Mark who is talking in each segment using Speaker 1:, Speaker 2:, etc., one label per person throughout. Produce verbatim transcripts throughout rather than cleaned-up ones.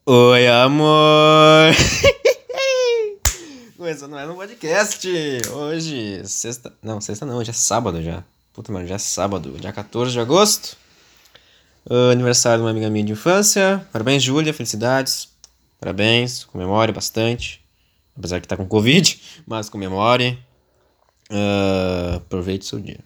Speaker 1: Oi, amor! Começando mais um podcast. Hoje, sexta. Não, sexta não, hoje é sábado já. Puta, mano, já é sábado, dia quatorze de agosto. Ah, aniversário de uma amiga minha de infância. Parabéns, Júlia, felicidades. Parabéns, comemore bastante. Apesar que tá com Covid, mas comemore. Ah, aproveite o seu dia.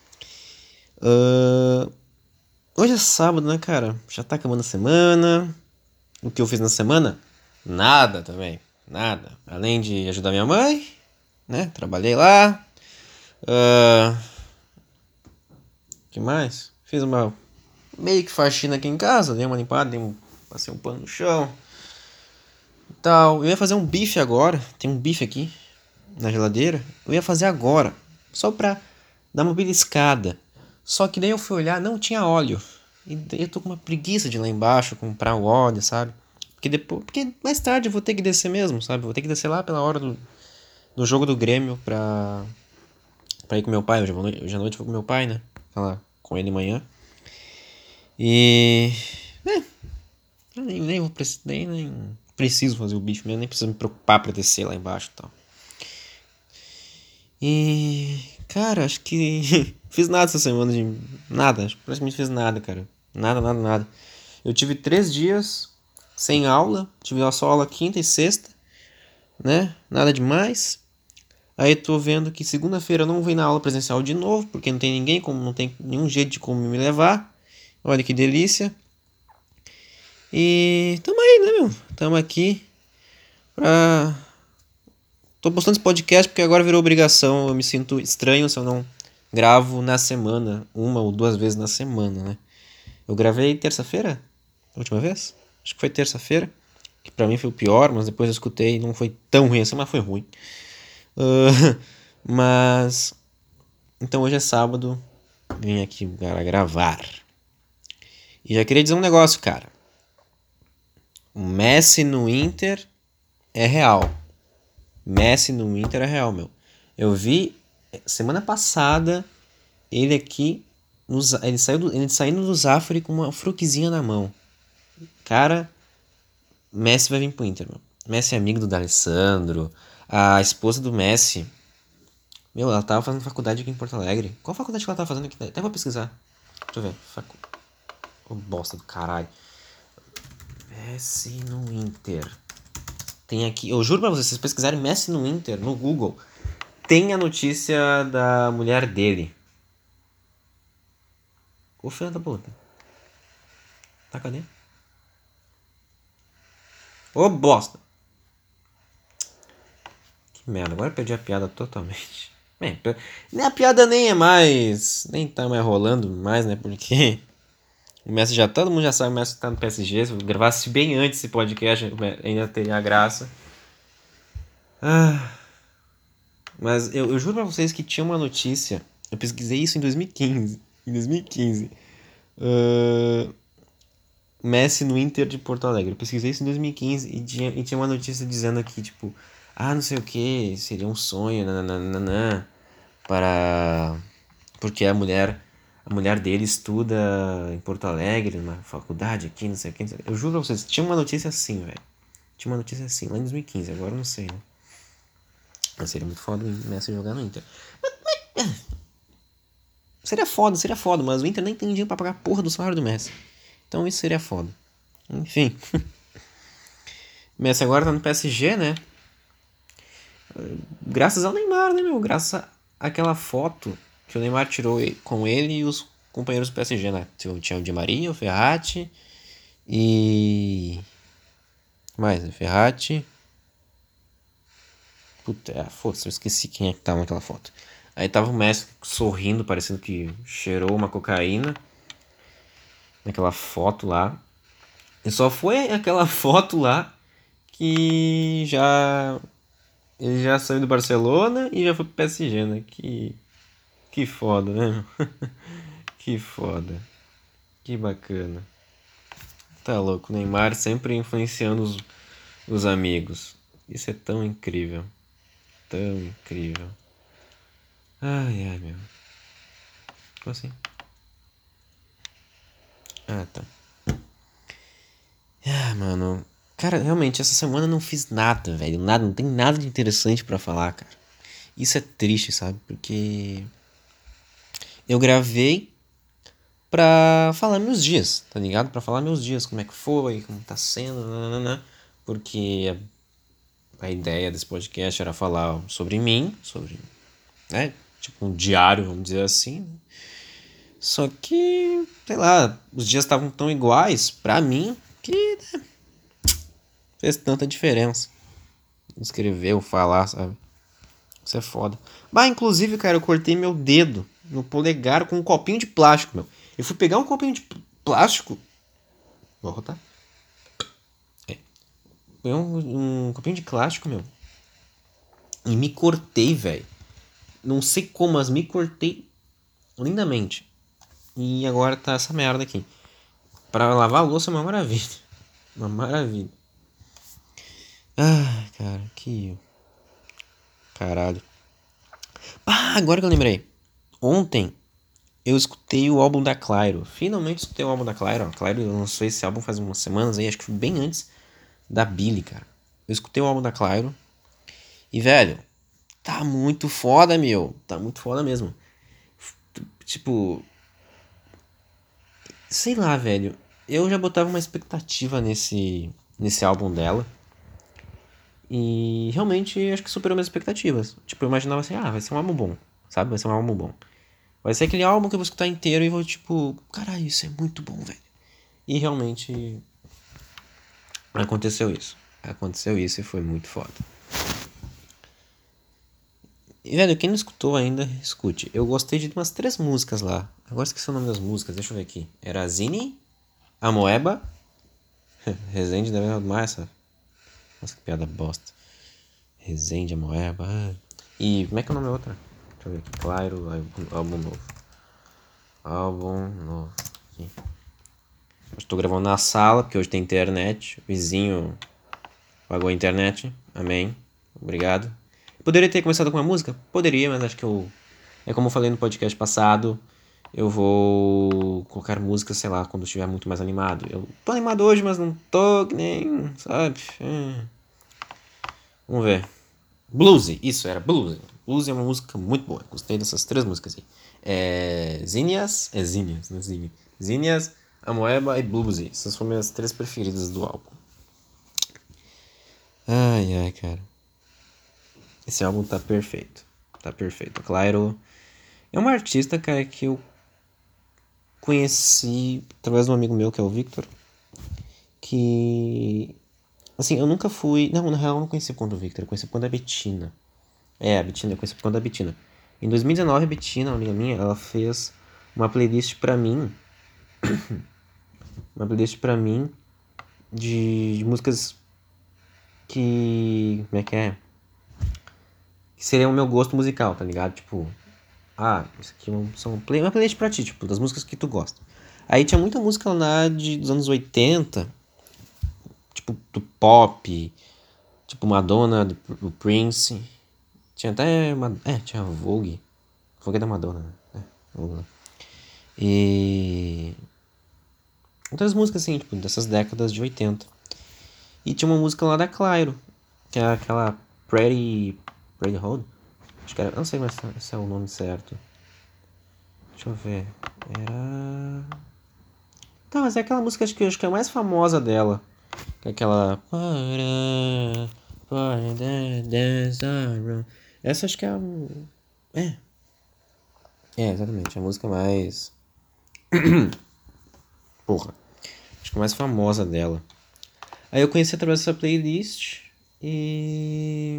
Speaker 1: Ah, hoje é sábado, né, cara? Já tá acabando a semana. O que eu fiz na semana? Nada também. Nada. Além de ajudar minha mãe, né? Trabalhei lá. Uh, que mais? Fiz uma meio que faxina aqui em casa. Dei uma limpada, dei um, passei um pano no chão. E tal. Eu ia fazer um bife agora. Tem um bife aqui na geladeira. Eu ia fazer agora. Só pra dar uma beliscada. Só que daí eu fui olhar, não tinha óleo. E daí eu tô com uma preguiça de ir lá embaixo comprar o óleo, sabe? Porque depois, porque mais tarde eu vou ter que descer mesmo, sabe? Vou ter que descer lá pela hora do, do jogo do Grêmio pra, pra ir com meu pai. Hoje, hoje à noite eu vou com meu pai, né? Falar com ele amanhã. E. É, nem, nem, vou, nem, nem preciso fazer o bife mesmo, nem preciso me preocupar pra descer lá embaixo e tal. E. Cara, acho que. Fiz nada essa semana de. Nada, acho que praticamente fiz nada, cara. Nada, nada, nada. Eu tive três dias sem aula. Tive só aula quinta e sexta, né? Nada demais. Aí tô vendo que segunda-feira eu não vou ir na aula presencial de novo, porque não tem ninguém, como não tem nenhum jeito de como me levar. Olha que delícia. E tamo aí, né, meu? Tamo aqui pra... Tô postando esse podcast porque agora virou obrigação. Eu me sinto estranho se eu não gravo na semana, uma ou duas vezes na semana, né? Eu gravei terça-feira, a última vez. Acho que foi terça-feira, que pra mim foi o pior, mas depois eu escutei e não foi tão ruim assim, mas foi ruim. Uh, mas... Então hoje é sábado, vim aqui para gravar. E já queria dizer um negócio, cara. O Messi no Inter é real. Messi no Inter é real, meu. Eu vi semana passada ele aqui, no, ele, saiu do, ele saindo do Zafari com uma fruquezinha na mão. Cara, Messi vai vir pro Inter, meu. Messi é amigo do D'Alessandro. A esposa do Messi, meu, ela tava fazendo faculdade aqui em Porto Alegre. Qual faculdade que ela tava fazendo aqui? Até vou pesquisar. Deixa eu ver. Facu... Ô, bosta do caralho. Messi no Inter. Tem aqui, eu juro pra vocês, se vocês pesquisarem Messi no Inter no Google, tem a notícia da mulher dele. Ô filho da puta. Tá, cadê? Ô bosta. Que merda, agora eu perdi a piada totalmente. Bem, a piada nem é mais. Nem tá mais rolando mais, né? Porque o Messi já. Todo mundo já sabe que o Messi tá no P S G. Se eu gravasse bem antes esse podcast, ainda teria graça. Ah. Mas eu, eu juro pra vocês que tinha uma notícia. Eu pesquisei isso em dois mil e quinze. Em dois mil e quinze. Uh, Messi no Inter de Porto Alegre. Eu pesquisei isso em dois mil e quinze e tinha, e tinha uma notícia dizendo aqui, tipo, ah, não sei o que, seria um sonho, nananana, para... Porque a mulher, a mulher dele estuda em Porto Alegre, numa faculdade aqui, não sei o que. Eu juro pra vocês, tinha uma notícia assim, velho. Tinha uma notícia assim, lá em dois mil e quinze, agora eu não sei, né? Mas seria muito foda o Messi jogar no Inter. Seria foda, seria foda, mas o Inter nem tem dinheiro pra pagar a porra do salário do Messi. Então isso seria foda. Enfim. Messi agora tá no P S G, né? Graças ao Neymar, né, meu? Graças àquela foto que o Neymar tirou com ele e os companheiros do P S G, né? Tinha o Di Maria, o Verratti e... mais, né? Verratti... Puta, é, foda-se, eu esqueci quem é que tava naquela foto. Aí tava o Messi sorrindo, parecendo que cheirou uma cocaína. Naquela foto lá. E só foi aquela foto lá que já... Ele já saiu do Barcelona e já foi pro P S G, né? Que, que foda, né? Que foda. Que bacana. Tá louco, o Neymar sempre influenciando os, os amigos. Isso é tão incrível. Tão incrível. Ai, ai, meu. Como assim? Ah, tá. Ah, mano. Cara, realmente, essa semana eu não fiz nada, velho. Nada, não tem nada de interessante pra falar, cara. Isso é triste, sabe? Porque eu gravei pra falar meus dias, tá ligado? Pra falar meus dias, como é que foi, como tá sendo, nananã. Porque a, a ideia desse podcast era falar sobre mim, sobre, né? Tipo um diário, vamos dizer assim. Só que, sei lá, os dias estavam tão iguais pra mim que né, fez tanta diferença. Escrever ou falar, sabe? Isso é foda. Bah, inclusive, cara, eu cortei meu dedo no polegar com um copinho de plástico, meu. Eu fui pegar um copinho de plástico. Vou rotar. É. Foi um, um copinho de plástico, meu. E me cortei, velho. Não sei como, mas me cortei lindamente. E agora tá essa merda aqui. Pra lavar a louça é uma maravilha. Uma maravilha. Ah, cara, que. Caralho. Ah, agora que eu lembrei. Ontem eu escutei o álbum da Clairo. Finalmente escutei o álbum da Clairo. A Clairo lançou esse álbum faz umas semanas aí, acho que foi bem antes da Billy, cara. Eu escutei o álbum da Clairo. E, velho, tá muito foda, meu. Tá muito foda mesmo. Tipo, sei lá, velho. Eu já botava uma expectativa nesse, nesse álbum dela. E realmente acho que superou minhas expectativas. Tipo, eu imaginava assim, ah, vai ser um álbum bom. Sabe? Vai ser um álbum bom. Vai ser aquele álbum que eu vou escutar inteiro e vou, tipo, caralho, isso é muito bom, velho. E realmente aconteceu isso. Aconteceu isso e foi muito foda. E, velho, quem não escutou ainda, escute. Eu gostei de umas três músicas lá. Agora esqueci o nome das músicas, deixa eu ver aqui. Era a Zini, a Moeba, Resende deve amar essa. Nossa, que piada bosta. Resende, a Moeba. E como é que é o nome da outra? Deixa eu ver aqui. Claro, álbum novo. Álbum novo. Aqui. Estou gravando na sala, porque hoje tem internet. O vizinho pagou a internet. Amém. Obrigado. Poderia ter começado com uma música? Poderia, mas acho que eu... É como eu falei no podcast passado. Eu vou colocar música, sei lá, quando eu estiver muito mais animado. Eu tô animado hoje, mas não tô que nem... Sabe? Hum. Vamos ver. Blues. Isso, era Blues. Blues é uma música muito boa. Gostei dessas três músicas aí. É... Zinhas. É Zinhas, não é Zinhas. Zinhas, Amoeba e Bluesy. Essas foram minhas três preferidas do álbum. Ai, ai, cara. Esse álbum tá perfeito. Tá perfeito. Claro, é uma artista, cara, que eu conheci através de um amigo meu, que é o Victor. Que... Assim, eu nunca fui... Não, na real, eu não conheci por conta do Victor. Eu conheci por conta da Bettina. É, a Bettina. Eu conheci por conta da Bettina. Em dois mil e dezenove, a Bettina, uma amiga minha, ela fez uma playlist pra mim. Uma playlist pra mim de, de músicas que... Como é que é? Que seria o meu gosto musical, tá ligado? Tipo, ah, isso aqui é um- são play, uma playlist pra ti, tipo, das músicas que tu gosta. Aí tinha muita música lá de, dos anos oitenta, tipo, do pop, tipo Madonna, do, do Prince. Tinha até uma, é, tinha a Vogue. Vogue é da Madonna, né? É, Vogue. E outras músicas assim, tipo, dessas décadas de oitenta. E tinha uma música lá da Clairo, que é aquela Pretty Pretty Road. Acho que era, não sei mais se é o nome certo. Deixa eu ver. Era. Tá, mas é aquela música acho que, acho que é a mais famosa dela. Que é aquela. Essa acho que é a. É. É, exatamente. A música mais. Porra. Acho que a mais famosa dela. Aí eu conheci através dessa playlist. E.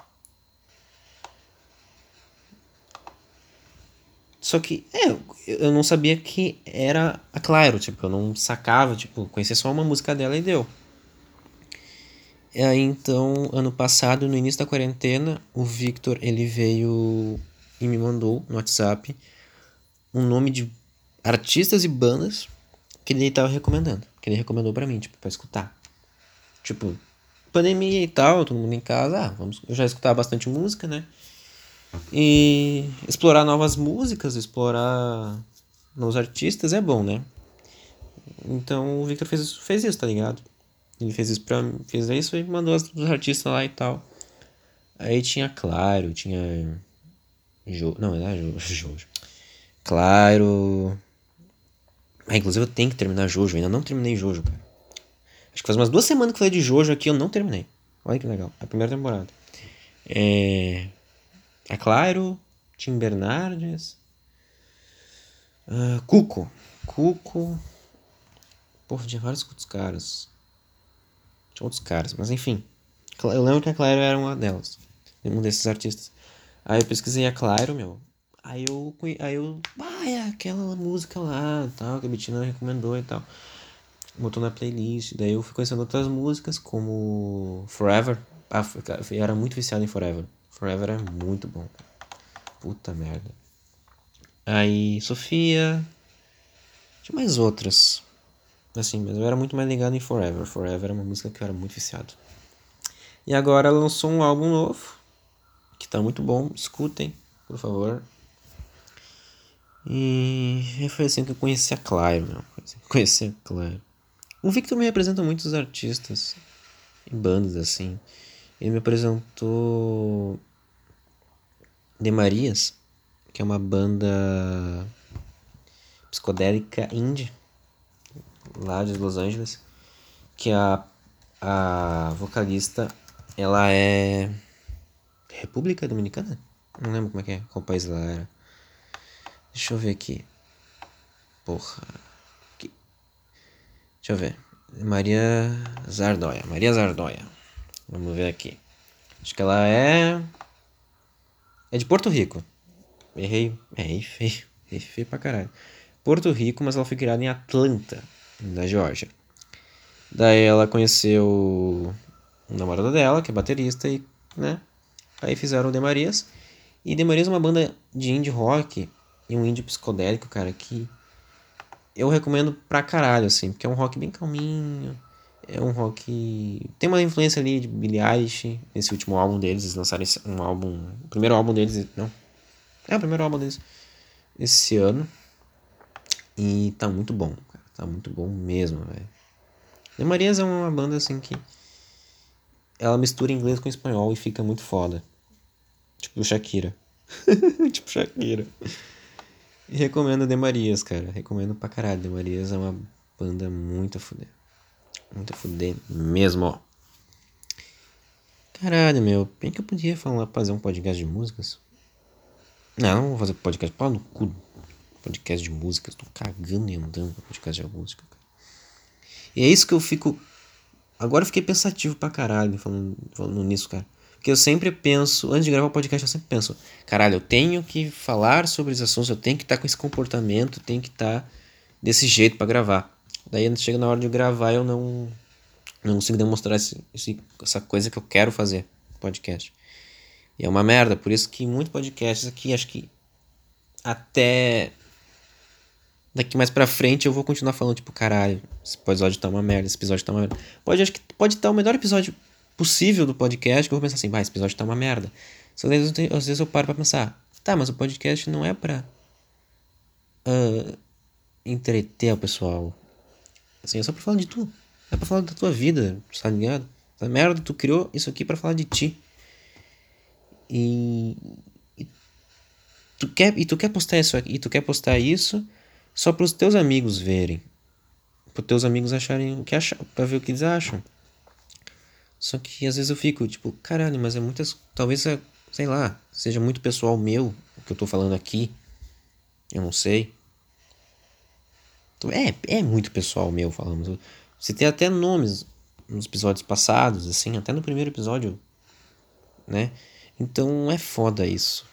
Speaker 1: Só que, é, eu não sabia que era a Clairo, tipo, eu não sacava, tipo, conhecia só uma música dela e deu. E aí, então, ano passado, no início da quarentena, o Victor, ele veio e me mandou no WhatsApp um nome de artistas e bandas que ele tava recomendando, que ele recomendou pra mim, tipo, pra escutar. Tipo, pandemia e tal, todo mundo em casa, ah, vamos, eu já escutava bastante música, né? E explorar novas músicas, explorar novos artistas é bom, né? Então o Victor fez, fez isso, tá ligado? Ele fez isso pra fez isso e mandou os artistas lá e tal. Aí tinha Claro, tinha Jo, não, não é Jo- Jojo. Claro. Ah, inclusive eu tenho que terminar Jojo, eu ainda não terminei Jojo, cara. Acho que faz umas duas semanas que eu falei de Jojo aqui, eu não terminei. Olha que legal, a primeira temporada. É. É Claro, Tim Bernardes. ah, Cuco. Cuco. Porra, tinha vários outros caras. Tinha outros caras, mas enfim. Eu lembro que a Claro era uma delas. Um desses artistas. Aí eu pesquisei a Claro, meu. Aí eu. Aí eu. Ah, é aquela música lá tal, que a Bettina recomendou e tal. Botou na playlist. Daí eu fui conhecendo outras músicas, como Forever. Ah, eu era muito viciado em Forever. Forever é muito bom. Puta merda. Aí, Sofia. Tinha mais outras. Assim, mas eu era muito mais ligado em Forever. Forever era uma música que eu era muito viciado. E agora ela lançou um álbum novo, que tá muito bom. Escutem, por favor. E foi assim que eu conheci a Claro, meu. Foi assim que eu conheci a Claro. O Victor me apresenta muitos artistas e bandas, assim. Ele me apresentou De Marias, que é uma banda psicodélica indie, lá de Los Angeles. Que a, a vocalista, ela é República Dominicana? Não lembro como é que é, qual país ela era. Deixa eu ver aqui. Porra. Aqui. Deixa eu ver. Maria Zardoia. Maria Zardoia. Vamos ver aqui. Acho que ela é. É de Porto Rico. Errei. Errei feio. Errei feio pra caralho. Porto Rico, mas ela foi criada em Atlanta, na Geórgia. Daí ela conheceu o namorado dela, que é baterista, e, né? Aí fizeram o De Marias. E De Marias é uma banda de indie rock e um indie psicodélico, cara, que eu recomendo pra caralho, assim, porque é um rock bem calminho. É um rock. Tem uma influência ali de Billie Eilish, nesse último álbum deles. Eles lançaram esse, um álbum. O primeiro álbum deles. Não. É o primeiro álbum deles esse ano. E tá muito bom, cara. Tá muito bom mesmo, velho. De Marias é uma banda assim que. Ela mistura inglês com espanhol e fica muito foda. Tipo Shakira. tipo Shakira. E recomendo De Marias, cara. Recomendo pra caralho. De Marias é uma banda muito a fuder. Muito a fuder mesmo. Caralho, meu. Bem que eu podia falar, fazer um podcast de músicas. Não, não vou fazer podcast. Pau no cu. Podcast de músicas. Tô cagando e andando com podcast de música, cara. E é isso que eu fico. Agora eu fiquei pensativo pra caralho falando, falando nisso, cara. Porque eu sempre penso, antes de gravar o podcast, eu sempre penso, caralho, eu tenho que falar sobre esses assuntos, eu tenho que estar com esse comportamento, eu tenho que estar desse jeito pra gravar. Daí chega na hora de gravar, eu não, não consigo demonstrar esse, esse, essa coisa que eu quero fazer, podcast. E é uma merda, por isso que muitos podcasts aqui, acho que até daqui mais pra frente eu vou continuar falando, tipo, caralho, esse episódio tá uma merda, esse episódio tá uma merda. Pode, acho que pode estar o melhor episódio possível do podcast, que eu vou pensar assim, vai, esse episódio tá uma merda. Só que às vezes, às vezes eu paro pra pensar, tá, mas o podcast não é pra uh, entreter o pessoal. Assim, é só pra falar de tu. É pra falar da tua vida, tá ligado? Essa merda, tu criou isso aqui pra falar de ti. E, e tu quer, e tu quer postar isso aqui, e tu quer postar isso só pros teus amigos verem. Pros teus amigos acharem o que acham, pra ver o que eles acham. Só que às vezes eu fico, tipo, caralho, mas é muitas. Talvez, é, sei lá, seja muito pessoal meu o que eu tô falando aqui. Eu não sei. Então, é, é muito pessoal meu falando. Você tem até nomes nos episódios passados, assim, até no primeiro episódio, né? Então é foda isso.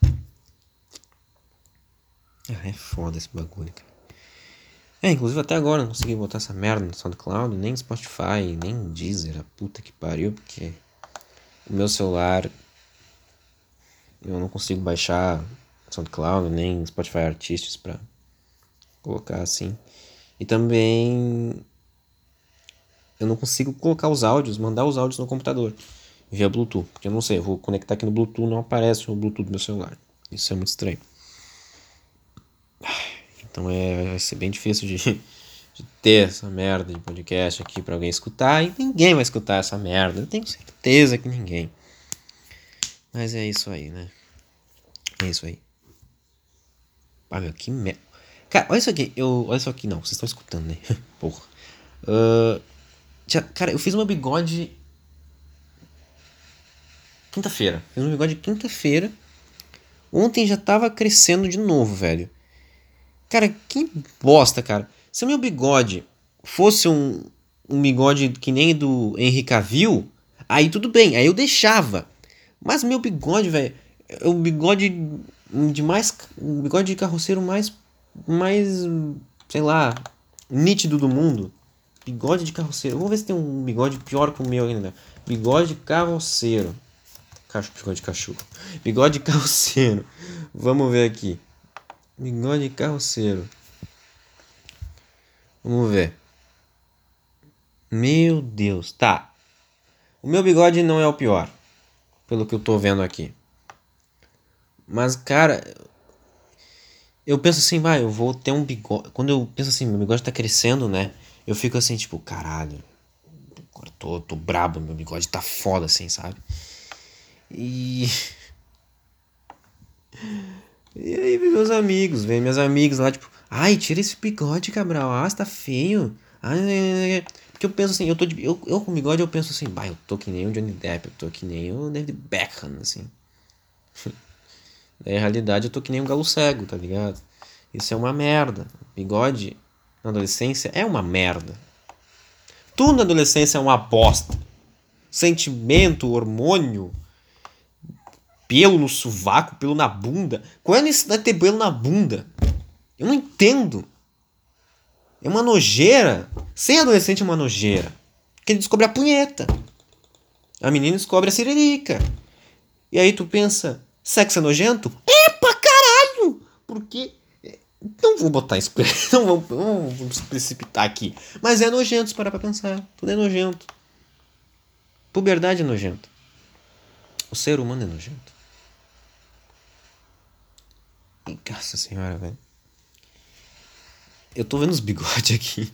Speaker 1: Ah, é foda esse bagulho, cara. É, inclusive até agora eu não consegui botar essa merda no SoundCloud, nem Spotify, nem Deezer, a puta que pariu, porque o meu celular eu não consigo baixar SoundCloud, nem Spotify Artists pra colocar assim. E também eu não consigo colocar os áudios, mandar os áudios no computador via Bluetooth, porque eu não sei, eu vou conectar aqui no Bluetooth, não aparece o Bluetooth do meu celular. Isso é muito estranho. Então é, vai ser bem difícil de, de ter essa merda de podcast aqui pra alguém escutar. E ninguém vai escutar essa merda. Eu tenho certeza que ninguém. Mas é isso aí, né? É isso aí. Ah, meu, que merda. Cara, olha isso aqui. Eu, olha isso aqui, não. Vocês estão escutando, né? Porra. Uh, já, cara, eu fiz meu bigode quinta-feira. Fiz meu bigode quinta-feira. Ontem já tava crescendo de novo, velho. Cara, que bosta, cara. Se o meu bigode fosse um, um bigode que nem do Henry Cavill, aí tudo bem, aí eu deixava. Mas meu bigode, velho, é o bigode de mais. O bigode de carroceiro mais. Mais. Sei lá. Nítido do mundo. Bigode de carroceiro. Vamos ver se tem um bigode pior que o meu ainda. Bigode de carroceiro. Cacho, bigode de cachorro. Bigode de carroceiro. Vamos ver aqui. Bigode de carroceiro. Vamos ver. Meu Deus. Tá. O meu bigode não é o pior. Pelo que eu tô vendo aqui. Mas, cara. Eu penso assim, vai, eu vou ter um bigode. Quando eu penso assim, meu bigode tá crescendo, né? Eu fico assim, tipo, caralho. Agora tô, tô brabo, meu bigode tá foda, assim, sabe? E. E aí vem meus amigos, vem meus amigos lá, tipo, ai, tira esse bigode, Cabral, ah, você tá feio. Ai, porque eu penso assim, eu tô de, eu, eu com bigode eu penso assim, bah, eu tô que nem o Johnny Depp, eu tô que nem o David Beckham, assim. Na realidade eu tô que nem um galo cego, tá ligado? Isso é uma merda. Bigode na adolescência é uma merda. Tudo na adolescência é uma bosta. Sentimento, hormônio, pelo no sovaco, pelo na bunda. Qual é a necessidade de ter pelo na bunda? Eu não entendo. É uma nojeira. Ser adolescente é uma nojeira. Porque ele descobre a punheta. A menina descobre a siririca. E aí tu pensa, sexo é nojento? É pra caralho! Porque... Não vou botar isso... Não vou, não vou se precipitar aqui. Mas é nojento se parar pra pensar. Tudo é nojento. Puberdade é nojento. O ser humano é nojento. E, nossa senhora, velho. Eu tô vendo os bigodes aqui.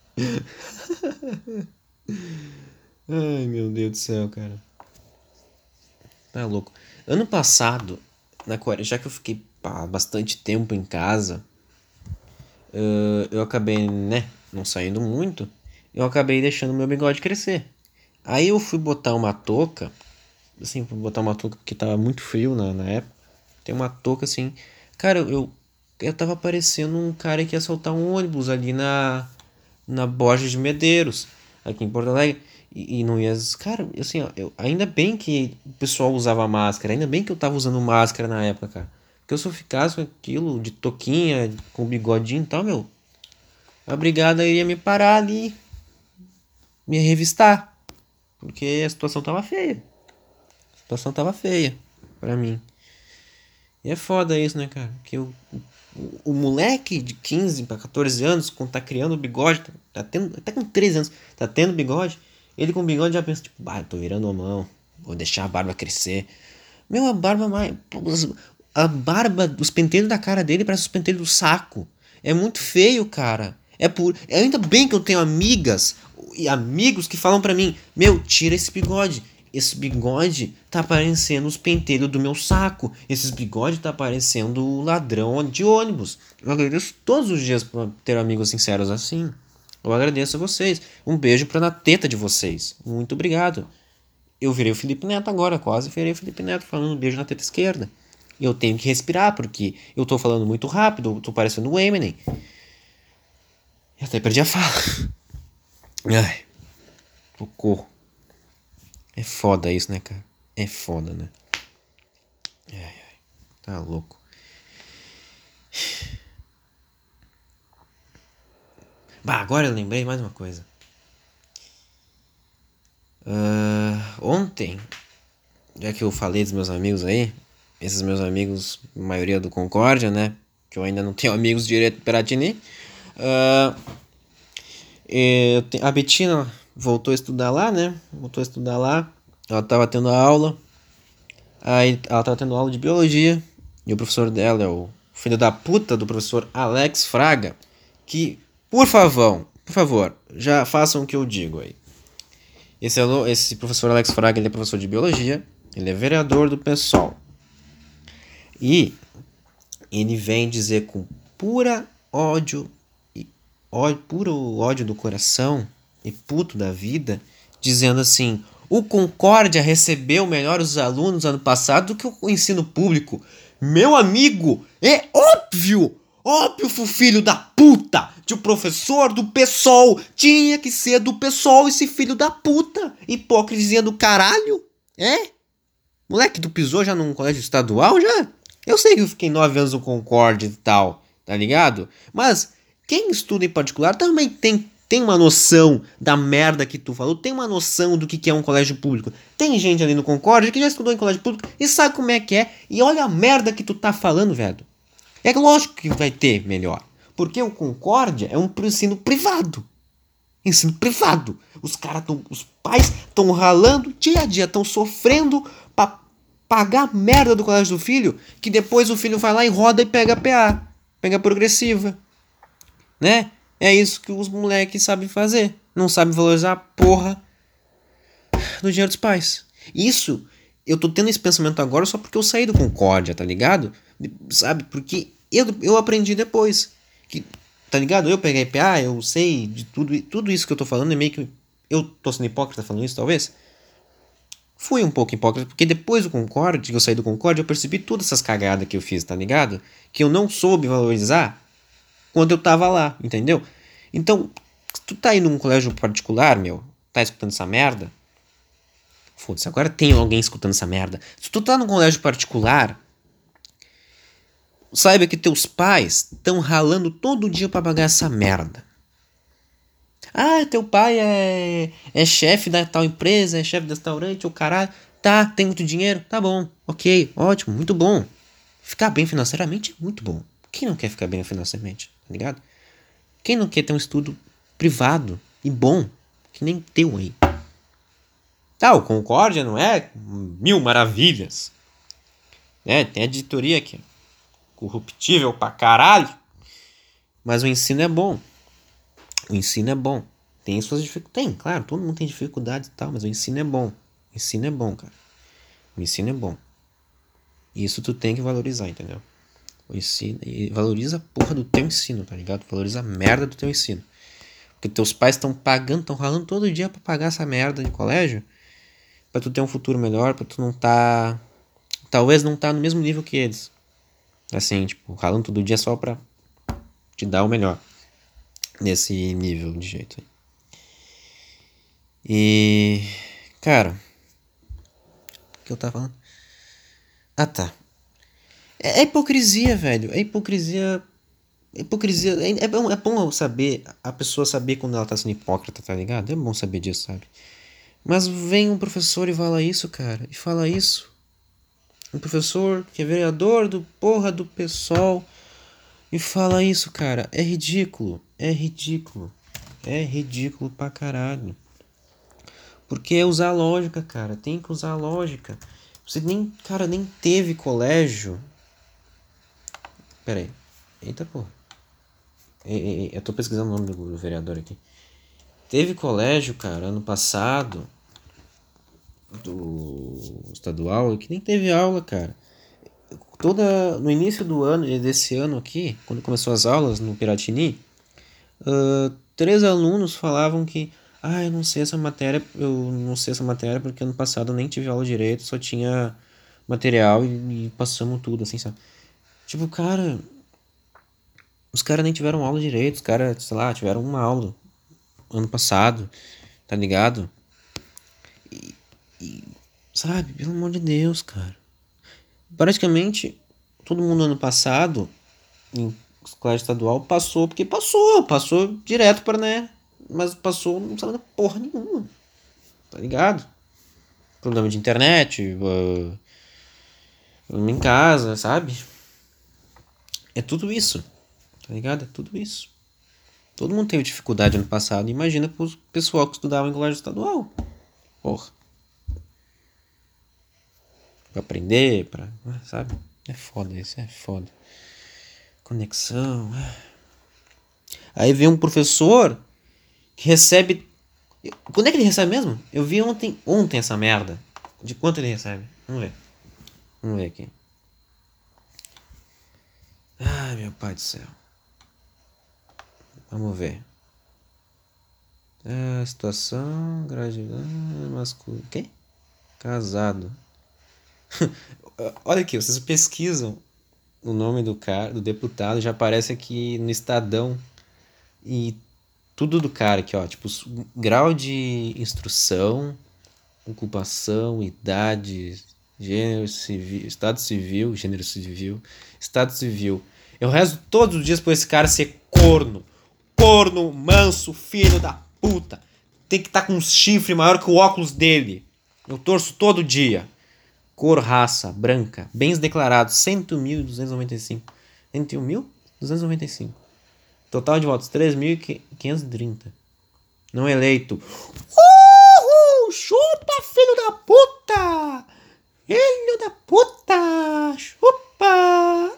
Speaker 1: Ai, meu Deus do céu, cara. Tá louco. Ano passado, na Coreia, já que eu fiquei pá, bastante tempo em casa, uh, eu acabei, né, não saindo muito, eu acabei deixando meu bigode crescer. Aí eu fui botar uma touca, assim, fui botar uma touca porque tava muito frio na, na época. Tem uma touca assim. Cara, eu, eu tava parecendo um cara que ia soltar um ônibus ali na, na Borges de Medeiros, aqui em Porto Alegre. E, e não ia. Cara, assim, ó, eu, ainda bem que o pessoal usava máscara, ainda bem que eu tava usando máscara na época, cara. Porque se eu ficasse com aquilo de touquinha, com bigodinho e tal, meu, a brigada ia me parar ali, me revistar. Porque a situação tava feia. A situação tava feia pra mim. E é foda isso, né, cara? Que o, o, o moleque de quinze para quatorze anos, quando tá criando bigode, tá, tá tendo, até com treze anos, tá tendo bigode, ele com bigode já pensa, tipo, bah, eu tô virando a mão, vou deixar a barba crescer. Meu, a barba mais. A barba, os penteiros da cara dele parece os penteiros do saco. É muito feio, cara. É por. Ainda bem que eu tenho amigas e amigos que falam pra mim, meu, tira esse bigode. Esse bigode tá parecendo os penteiros do meu saco. Esse bigode tá parecendo o ladrão de ônibus. Eu agradeço todos os dias por ter amigos sinceros assim. Eu agradeço a vocês. Um beijo pra na teta de vocês. Muito obrigado. Eu virei o Felipe Neto agora, quase virei o Felipe Neto falando um beijo na teta esquerda. Eu tenho que respirar porque eu tô falando muito rápido, eu tô parecendo o Eminem. Eu até perdi a fala. Ai, socorro. É foda isso, né, cara? É foda, né? Ai, ai, tá louco. Bah, agora eu lembrei mais uma coisa. Uh, ontem, já que eu falei dos meus amigos aí, esses meus amigos, maioria do Concórdia, né? Que eu ainda não tenho amigos direto para Piratini. Uh, a Betina voltou a estudar lá, né? Voltou a estudar lá. Ela tava tendo aula. Aí ela tava tendo aula de biologia. E o professor dela é o filho da puta do professor Alex Fraga. Que, por favor, por favor, já façam o que eu digo aí. Esse, aluno, esse professor Alex Fraga, ele é professor de biologia, ele é vereador do PSOL. E ele vem dizer com pura ódio, e ódio, puro ódio do coração e puto da vida, dizendo assim: o Concórdia recebeu melhor os alunos ano passado do que o ensino público. Meu amigo, é óbvio, óbvio, filho da puta, que o professor do PSOL tinha que ser do PSOL, esse filho da puta, hipocrisia do caralho, é? Moleque, tu pisou já num colégio estadual já? Eu sei que eu fiquei nove anos no Concórdia e tal, tá ligado? Mas quem estuda em particular também tem, tem uma noção da merda que tu falou, tem uma noção do que, que é um colégio público. Tem gente ali no Concórdia que já estudou em colégio público e sabe como é que é. E olha a merda que tu tá falando, velho. É lógico que vai ter melhor. Porque o Concórdia é um ensino privado. Ensino privado. Os caras estão. Os pais estão ralando dia a dia, estão sofrendo pra pagar a merda do colégio do filho, que depois o filho vai lá e roda e pega P A. Pega progressiva. Né? É isso que os moleques sabem fazer. Não sabem valorizar a porra do dinheiro dos pais. Isso, eu tô tendo esse pensamento agora só porque eu saí do Concórdia, tá ligado? Sabe? Porque eu, eu aprendi depois. Que, tá ligado? Eu peguei P A, eu sei de tudo, tudo isso que eu tô falando é meio que... Eu tô sendo hipócrita falando isso, talvez? Fui um pouco hipócrita, porque depois do Concórdia, que eu saí do Concórdia, eu percebi todas essas cagadas que eu fiz, tá ligado? Que eu não soube valorizar quando eu tava lá, entendeu? Então, se tu tá indo num colégio particular, meu, tá escutando essa merda, foda-se, agora tem alguém escutando essa merda. Se tu tá num colégio particular, saiba que teus pais estão ralando todo dia pra pagar essa merda. Ah, teu pai é, é chefe da tal empresa, é chefe do restaurante, o caralho. Tá, tem muito dinheiro? Tá bom, ok, ótimo, muito bom. Ficar bem financeiramente é muito bom. Quem não quer ficar bem financeiramente, tá ligado? Quem não quer ter um estudo privado e bom, que nem teu aí? Tá, o Concórdia não é mil maravilhas. Né? Tem a editoria aqui. Corruptível pra caralho. Mas o ensino é bom. O ensino é bom. Tem suas dificuldades. Tem, claro, todo mundo tem dificuldades e tal, mas o ensino é bom. O ensino é bom, cara. O ensino é bom. E isso tu tem que valorizar, entendeu? O ensino. E valoriza a porra do teu ensino, tá ligado? Valoriza a merda do teu ensino. Porque teus pais estão pagando, estão ralando todo dia pra pagar essa merda de colégio. Pra tu ter um futuro melhor, pra tu não tá... Talvez não tá no mesmo nível que eles. Assim, tipo, ralando todo dia só pra te dar o melhor. Nesse nível de jeito aí. E... Cara... O que eu tava falando? Ah, tá. É, é hipocrisia, velho. É hipocrisia... É hipocrisia... É, é, bom, é bom saber... A pessoa saber quando ela tá sendo hipócrita, tá ligado? É bom saber disso, sabe? Mas vem um professor e fala isso, cara. E fala isso. Um professor que é vereador do porra do PSOL e fala isso, cara. É ridículo. É ridículo. É ridículo pra caralho. Porque é usar lógica, cara. Tem que usar lógica. Você nem, cara, nem teve colégio. Pera aí. Eita porra. Eu tô pesquisando o nome do vereador aqui. Teve colégio, cara, ano passado, do estadual, que nem teve aula, cara. Toda, no início do ano, desse ano aqui, quando começou as aulas no Piratini, uh, três alunos falavam que ah, eu não sei essa matéria, eu não sei essa matéria porque ano passado eu nem tive aula direito, só tinha material e, e passamos tudo, assim, sabe? Tipo, cara, os caras nem tiveram aula direito, os caras, sei lá, tiveram uma aula ano passado, tá ligado? E, e, sabe, pelo amor de Deus, cara. Praticamente todo mundo ano passado em colégio estadual passou porque passou, passou direto para, né? Mas passou não sabendo porra nenhuma, tá ligado? Problema de internet, uh, problema em casa, sabe? É tudo isso, tá ligado? É tudo isso. Todo mundo teve dificuldade ano passado, imagina pro pessoal que estudava em colégio estadual. Porra. Pra aprender, pra, sabe? É foda isso, é foda. Conexão. Aí vem um professor Que recebe... Quando é que ele recebe mesmo? Eu vi ontem, ontem essa merda. De quanto ele recebe? Vamos ver. Vamos ver aqui. Ai, meu pai do céu. Vamos ver. É, situação, gravidade, masculino. Quê? Casado. Olha aqui, vocês pesquisam o nome do cara, do deputado, já aparece aqui no Estadão. E tudo do cara aqui, ó. Tipo, grau de instrução, ocupação, idade, gênero civil, estado civil, gênero civil, estado civil. Eu rezo todos os dias por esse cara ser corno. Corno, manso, filho da puta. Tem que estar tá com um chifre maior que o óculos dele. Eu torço todo dia. Cor, raça, branca. Bens declarados, cento mil duzentos e noventa e cinco. cento e um mil duzentos e noventa e cinco. Total de votos, três mil quinhentos e trinta. Não eleito. Uhul! Chupa, filho da puta! Filho da puta! Chupa!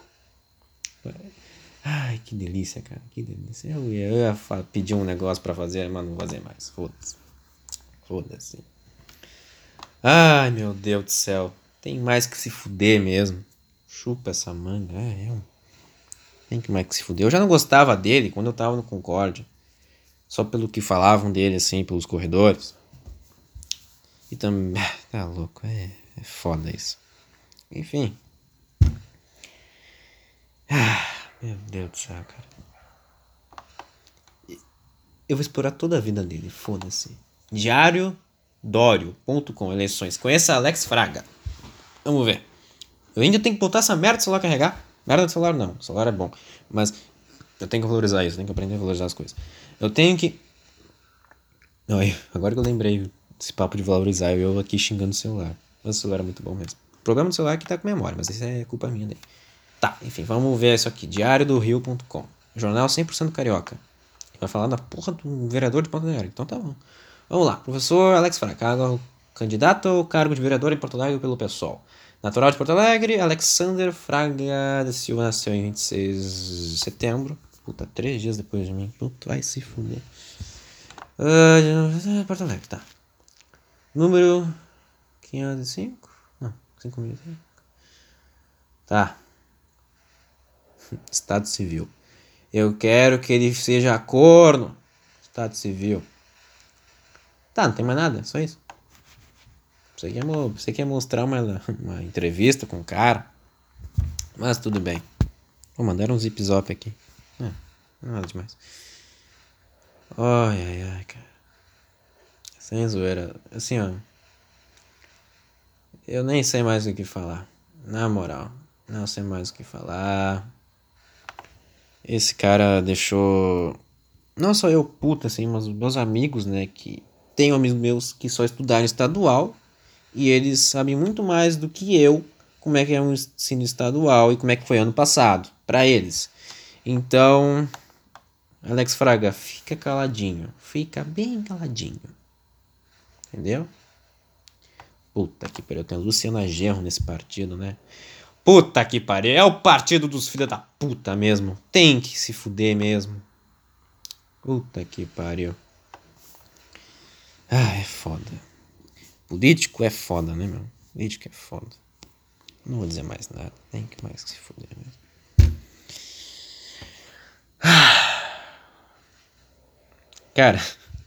Speaker 1: Ai, que delícia, cara. Que delícia. Eu ia, eu ia pedir um negócio pra fazer, mas não vou fazer mais. Foda-se. Foda-se. Ai, meu Deus do céu. Tem mais que se fuder mesmo. Chupa essa manga. É, eu. Tem que mais que se fuder. Eu já não gostava dele quando eu tava no Concorde. Só pelo que falavam dele, assim, pelos corredores. E também... Tá louco. É, é foda isso. Enfim. Ah, meu Deus do céu, cara. Eu vou explorar toda a vida dele. Foda-se. Diário Dório ponto com. Eleições. Conheça Alex Fraga. Vamos ver. Eu ainda tenho que botar essa merda do celular carregar. Merda do celular não. O celular é bom. Mas eu tenho que valorizar isso. Eu tenho que aprender a valorizar as coisas. Eu tenho que... Não, agora que eu lembrei desse papo de valorizar, eu aqui xingando o celular. Mas o celular é muito bom mesmo. O problema do celular é que tá com memória, mas isso é culpa minha daí. Tá, enfim, vamos ver isso aqui. diário do rio ponto com. Jornal cem por cento carioca. Vai falar da porra do vereador de Porto Alegre. Então tá bom. Vamos lá. Professor Alex Fraga, candidato ao cargo de vereador em Porto Alegre pelo PSOL. Natural de Porto Alegre, Alexander Fraga da Silva nasceu em vinte e seis de setembro. Puta, três dias depois de mim. Puta, vai se fuder. Uh, Porto Alegre, tá. Número quinhentos e cinco? Não, cinco mil e cinco. Tá. Estado civil. Eu quero que ele seja corno. Estado civil. Tá, não tem mais nada, só isso. Você quer, você quer mostrar uma, uma entrevista com o cara. Mas tudo bem. Vou mandar um zip zop aqui. É, nada demais. Ai, ai, ai, cara. Sem zoeira. Assim, ó. Eu nem sei mais o que falar. Na moral. Não sei mais o que falar. Esse cara deixou... Não só eu puta, assim, mas os meus amigos, né? Que... Tenho amigos meus que só estudaram estadual. E eles sabem muito mais do que eu como é que é um ensino estadual e como é que foi ano passado. Pra eles. Então... Alex Fraga, fica caladinho. Fica bem caladinho. Entendeu? Puta que pariu. Tem a Luciana Genro nesse partido, né? Puta que pariu. É o partido dos filhos da puta mesmo. Tem que se fuder mesmo. Puta que pariu. Ah, é foda. Político é foda, né, meu? Político é foda. Não vou dizer mais nada. Tem que mais que se fuder mesmo. Cara...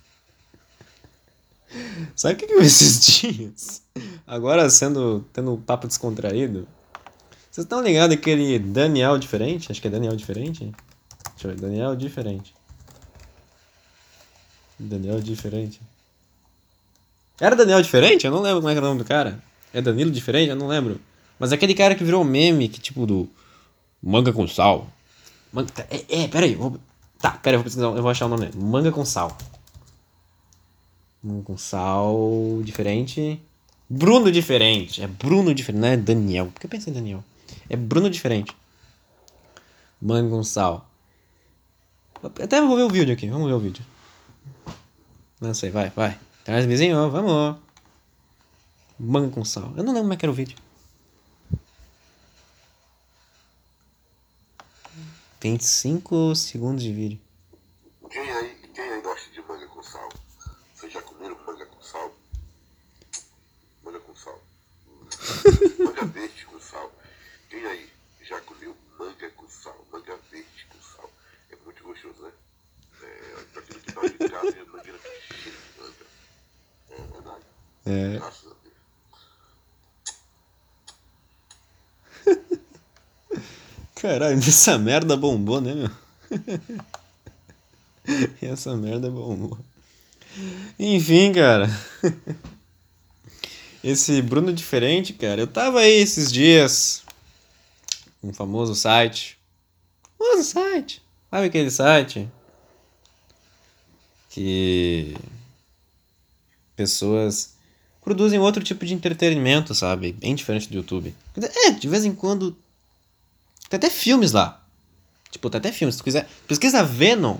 Speaker 1: Sabe o que eu vi esses dias? Agora sendo... Tendo um papo descontraído. Vocês estão ligados aquele Daniel Diferente? Acho que é Daniel Diferente. Deixa eu ver. Daniel Diferente. Daniel Diferente. Era Daniel Diferente? Eu não lembro como é que era o nome do cara. É Danilo Diferente? Eu não lembro. Mas aquele cara que virou meme, que tipo do... Manga com sal. Manga... É, é, pera aí. Vou... Tá, pera aí, eu vou pesquisar. Eu vou achar o nome dele. Manga com sal. Manga com sal... Diferente... Bruno Diferente. É Bruno Diferente. Não é Daniel. Por que eu pensei em Daniel? É Bruno Diferente. Manga com sal. Até vou ver o vídeo aqui. Vamos ver o vídeo. Não sei, vai, vai. Traz vizinho, vamos. Manga com sal. Eu não lembro como é que era o vídeo. vinte e cinco segundos de vídeo.
Speaker 2: Quem aí, quem aí gosta de manga com Manga verde com sal. Quem aí já comeu manga com sal? Manga verde com sal. É muito gostoso, né? É, pra quem que tá de casa, minha mangueira tá cheia de manga. É verdade.
Speaker 1: É.
Speaker 2: Graças a Deus.
Speaker 1: Caralho, essa merda bombou, né, meu? Essa merda bombou. Enfim, cara. Esse Bruno Diferente, cara. Eu tava aí esses dias. Um famoso site. Famoso site. Sabe aquele site? Que pessoas produzem outro tipo de entretenimento, sabe? Bem diferente do YouTube. É, de vez em quando. Tem até filmes lá. Tipo, tem até filmes. Se tu quiser. Pesquisa Venom.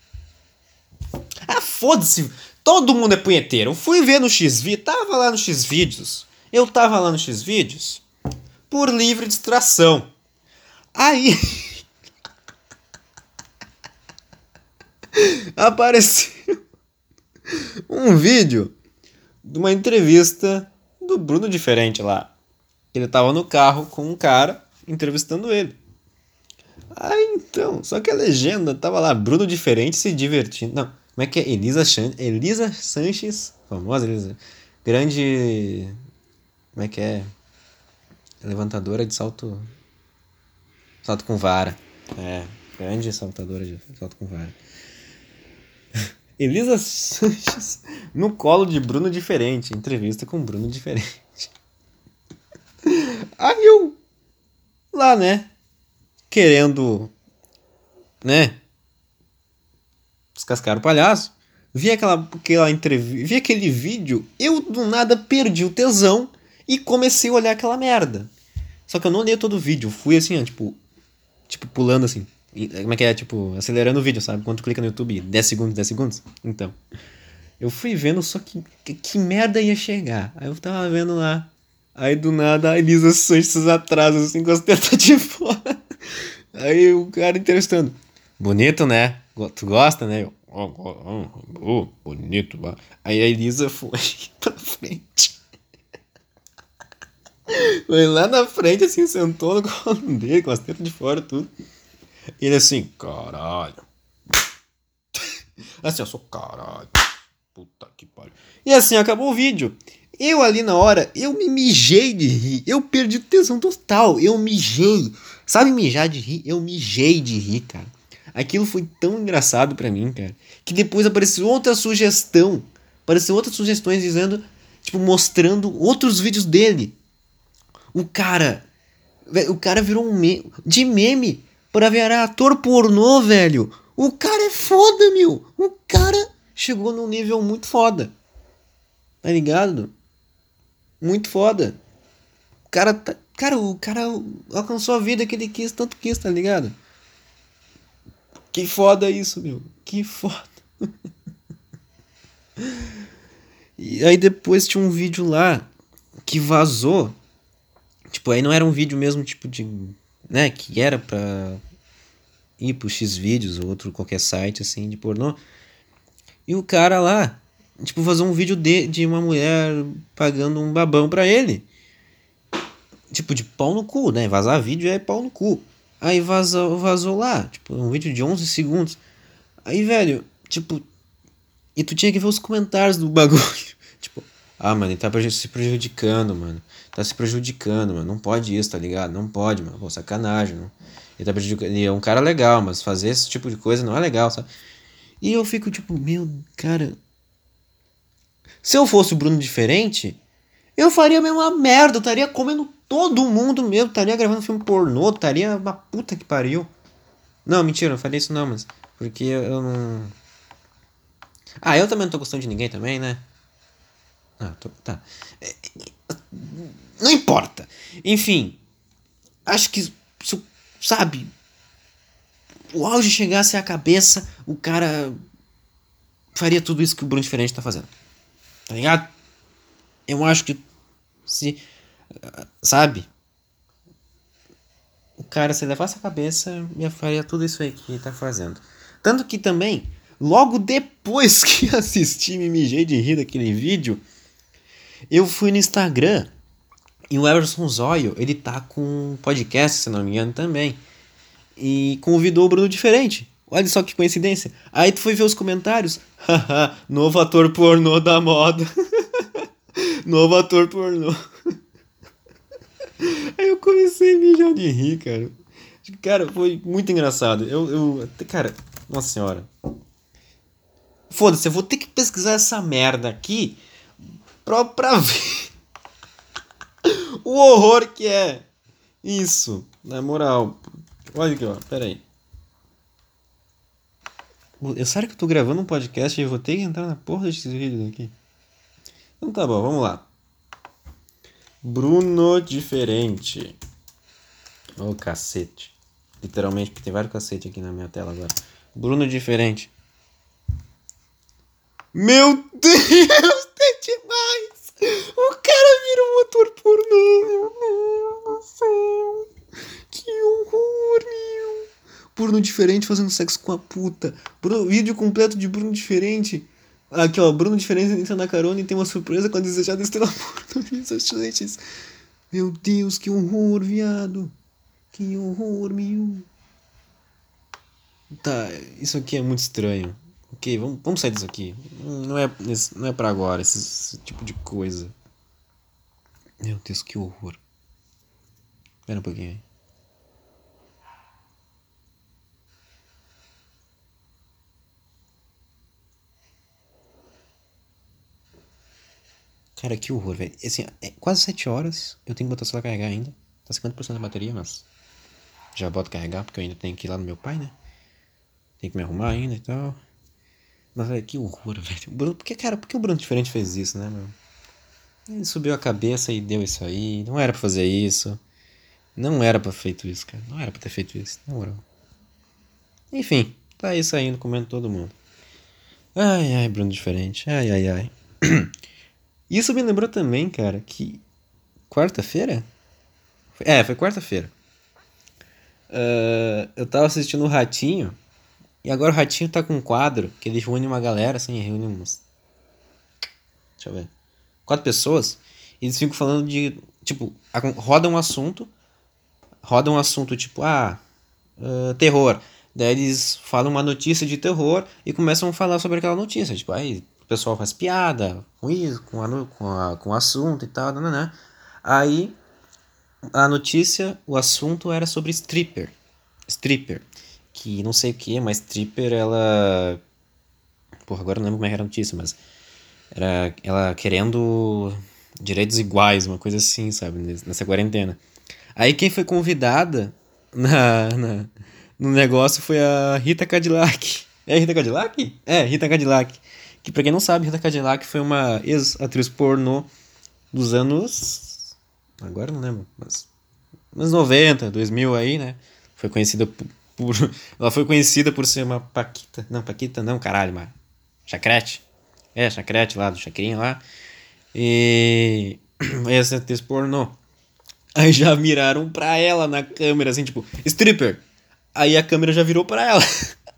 Speaker 1: Ah, foda-se. Todo mundo é punheteiro. Eu fui ver no X-Vídeos. Tava lá no X-Vídeos. Eu tava lá no X-Vídeos. Por livre distração. Aí. Apareceu um vídeo de uma entrevista do Bruno Diferente lá. Ele tava no carro com um cara entrevistando ele. Ah, então. Só que a legenda tava lá, Bruno Diferente se divertindo. Não, como é que é? Elisa, Chan... Elisa Sanches, famosa Elisa. Grande. Como é que é? Levantadora de salto. Salto com vara. É, grande saltadora de salto com vara. Elisa Sanches no colo de Bruno Diferente. Entrevista com Bruno Diferente. Aí eu. Lá, né? Querendo. Né? Descascar o palhaço. Vi aquela, aquela entrevista. Vi aquele vídeo. Eu do nada perdi o tesão. E comecei a olhar aquela merda. Só que eu não li todo o vídeo. Fui assim, ó, tipo. Tipo, pulando assim. Como é que é? Tipo, acelerando o vídeo, sabe? Quando tu clica no YouTube, dez segundos, dez segundos. Então. Eu fui vendo, só que, que, que merda ia chegar. Aí eu tava vendo lá. Aí do nada a Elisa Sanches atrás, assim, com as tetas de fora. Aí o cara entrevistando. Bonito, né? Tu gosta, né? Eu, oh, oh, oh, bonito. Aí a Elisa foi pra frente. Foi lá na frente, assim, sentou no colo dele, com as tetas de fora, tudo. E ele assim, caralho. Assim, eu sou caralho. Puta que pariu. E assim, acabou o vídeo. Eu ali na hora, eu me mijei de rir. Eu perdi o tesão total. Eu mijei. Sabe mijar de rir? Eu mijei de rir, cara. Aquilo foi tão engraçado pra mim, cara. Que depois apareceu outra sugestão. Apareceu outras sugestões dizendo, tipo, mostrando outros vídeos dele. O cara. O cara virou um meme. De meme pra virar ator pornô, velho. O cara é foda, meu. O cara chegou num nível muito foda. Tá ligado? Muito foda. O cara tá. Cara, o cara alcançou a vida que ele quis, tanto quis, tá ligado? Que foda isso, meu. Que foda. E aí depois tinha um vídeo lá que vazou. Tipo, aí não era um vídeo mesmo, tipo de. Né? Que era pra ir pro X-Vídeos ou outro qualquer site assim de pornô. E o cara lá, tipo, vazou um vídeo de, de uma mulher pagando um babão pra ele. Tipo, de pau no cu, né? Vazar vídeo é pau no cu. Aí vazou, vazou lá, tipo, um vídeo de onze segundos. Aí, velho, tipo... E tu tinha que ver os comentários do bagulho. Tipo, ah, mano, ele tá se prejudicando, mano. Tá se prejudicando, mano. Não pode isso, tá ligado? Não pode, mano. Pô, sacanagem, mano. Ele tá prejudicando. Ele é um cara legal, mas fazer esse tipo de coisa não é legal, sabe? E eu fico tipo, meu, cara... Se eu fosse o Bruno Diferente, eu faria a mesma merda. Eu estaria comendo todo mundo mesmo. Estaria gravando filme pornô. Estaria uma puta que pariu. Não, mentira, não faria isso não, mas... Porque eu não... Ah, eu também não tô gostando de ninguém também, né? Ah, tô, tá. Não importa. Enfim. Acho que... Sabe... O auge chegasse à cabeça, o cara... Faria tudo isso que o Bruno Diferente tá fazendo. Tá ligado? Eu acho que... Se... Sabe? O cara, se levasse a cabeça, eu faria tudo isso aí que ele tá fazendo. Tanto que também, logo depois que assisti, me mijei de rir daquele vídeo, eu fui no Instagram, E o Everson Zóio, ele tá com um podcast, se não me engano, também. E convidou o Bruno Diferente. Olha só que coincidência. Aí tu foi ver os comentários. Haha, novo ator pornô da moda. Novo ator pornô. Aí eu comecei a mijar de rir, cara. Cara, foi muito engraçado. Eu, eu, cara, nossa senhora. Foda-se, eu vou ter que pesquisar essa merda aqui pra, pra ver o horror que é isso. Na moral. Olha aqui, ó. Pera aí. Eu, sério que eu tô gravando um podcast e eu vou ter que entrar na porra desses vídeos aqui? Então tá bom, vamos lá. Bruno Diferente. Ô, oh, cacete. Literalmente, porque tem vários cacete aqui na minha tela agora. Bruno Diferente. Meu Deus, tem demais! O cara vira um ator pornô, meu Deus do céu! Que horror, meu! Bruno Diferente fazendo sexo com a puta. Bruno, vídeo completo de Bruno Diferente. Aqui, ó, Bruno Diferente entra na carona e tem uma surpresa com a desejada estrela portuguesa, gente. Meu Deus, que horror, viado. Que horror, meu. Tá, isso aqui é muito estranho. Ok, vamos, vamos sair disso aqui. Não é, não é pra agora, esse, esse tipo de coisa. Meu Deus, que horror. Espera um pouquinho aí. Cara, que horror, velho. Assim, é quase sete horas. Eu tenho que botar o celular carregar ainda. Tá cinquenta por cento da bateria, mas já boto carregar, porque eu ainda tenho que ir lá no meu pai, né? Tem que me arrumar ainda e tal. Mas, velho, que horror, velho. Bruno, porque, cara, por que o Bruno Diferente fez isso, né, meu? Ele subiu a cabeça e deu isso aí. Não era pra fazer isso. Não era pra ter feito isso, cara. Não era pra ter feito isso. Na moral. Enfim, tá aí saindo, comendo todo mundo. Ai, ai, Bruno Diferente. Ai, ai, ai. Isso me lembrou também, cara, que quarta-feira? É, foi quarta-feira. Uh, eu tava assistindo o Ratinho. E agora o Ratinho tá com um quadro que ele reúne uma galera, assim, reúne uns. Deixa eu ver. Quatro pessoas. E eles ficam falando de. Tipo, roda um assunto. Roda um assunto tipo, ah, uh, terror. Daí eles falam uma notícia de terror e começam a falar sobre aquela notícia. Tipo, aí o pessoal faz piada com isso, com, a, com, a, com o assunto e tal, né, né. Aí a notícia, o assunto era sobre stripper. Stripper. Que não sei o que, mas stripper, ela... Porra, agora eu não lembro como é que era a notícia, mas... Era ela querendo direitos iguais, uma coisa assim, sabe? Nessa quarentena. Aí quem foi convidada na, na, no negócio foi a Rita Cadillac. É Rita Cadillac? É, Rita Cadillac. Que pra quem não sabe, Rita Cadillac foi uma ex-atriz pornô dos anos... Agora eu não lembro, mas... Anos noventa, dois mil aí, né? Foi conhecida por... por ela foi conhecida por ser uma Paquita. Não, Paquita não, caralho, mas... Chacrete. É, Chacrete lá, do Chacrinha lá. E... essa atriz pornô. Aí já miraram pra ela na câmera, assim, tipo, stripper. Aí a câmera já virou pra ela.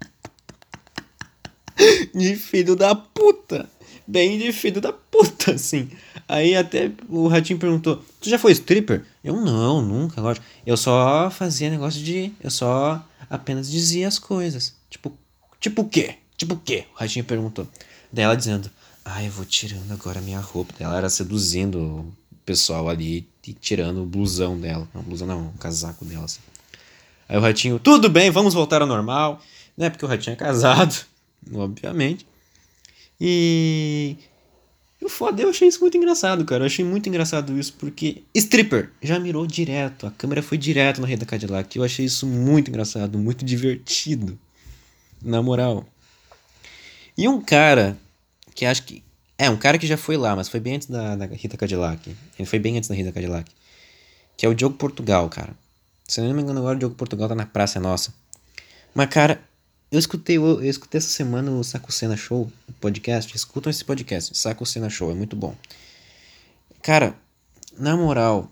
Speaker 1: De filho da puta. Bem de filho da puta, assim. Aí até o Ratinho perguntou, tu já foi stripper? Eu não, nunca, lógico. Eu só fazia negócio de... Eu só apenas dizia as coisas. Tipo, tipo o quê? Tipo o quê? O Ratinho perguntou. Daí ela dizendo, ah, eu vou tirando agora a minha roupa. Daí ela era seduzindo o pessoal ali e tirando o blusão dela. Não, blusão não, o casaco dela, assim. Aí o Ratinho, tudo bem, vamos voltar ao normal. Né, porque o Ratinho é casado, obviamente. E... E o foda, eu achei isso muito engraçado, cara. Eu achei muito engraçado isso, porque stripper já mirou direto. A câmera foi direto na Rita Cadillac. Eu achei isso muito engraçado, muito divertido. Na moral. E um cara que acho que... É, um cara que já foi lá, mas foi bem antes da, da Rita Cadillac. Ele foi bem antes da Rita Cadillac. Que é o Diogo Portugal, cara. Se eu não me engano agora, o Diogo Portugal tá na Praça Nossa. Mas, cara, eu escutei, eu, eu escutei essa semana o Saco Cena Show, o podcast. Escutam esse podcast, Saco Cena Show, é muito bom. Cara, na moral,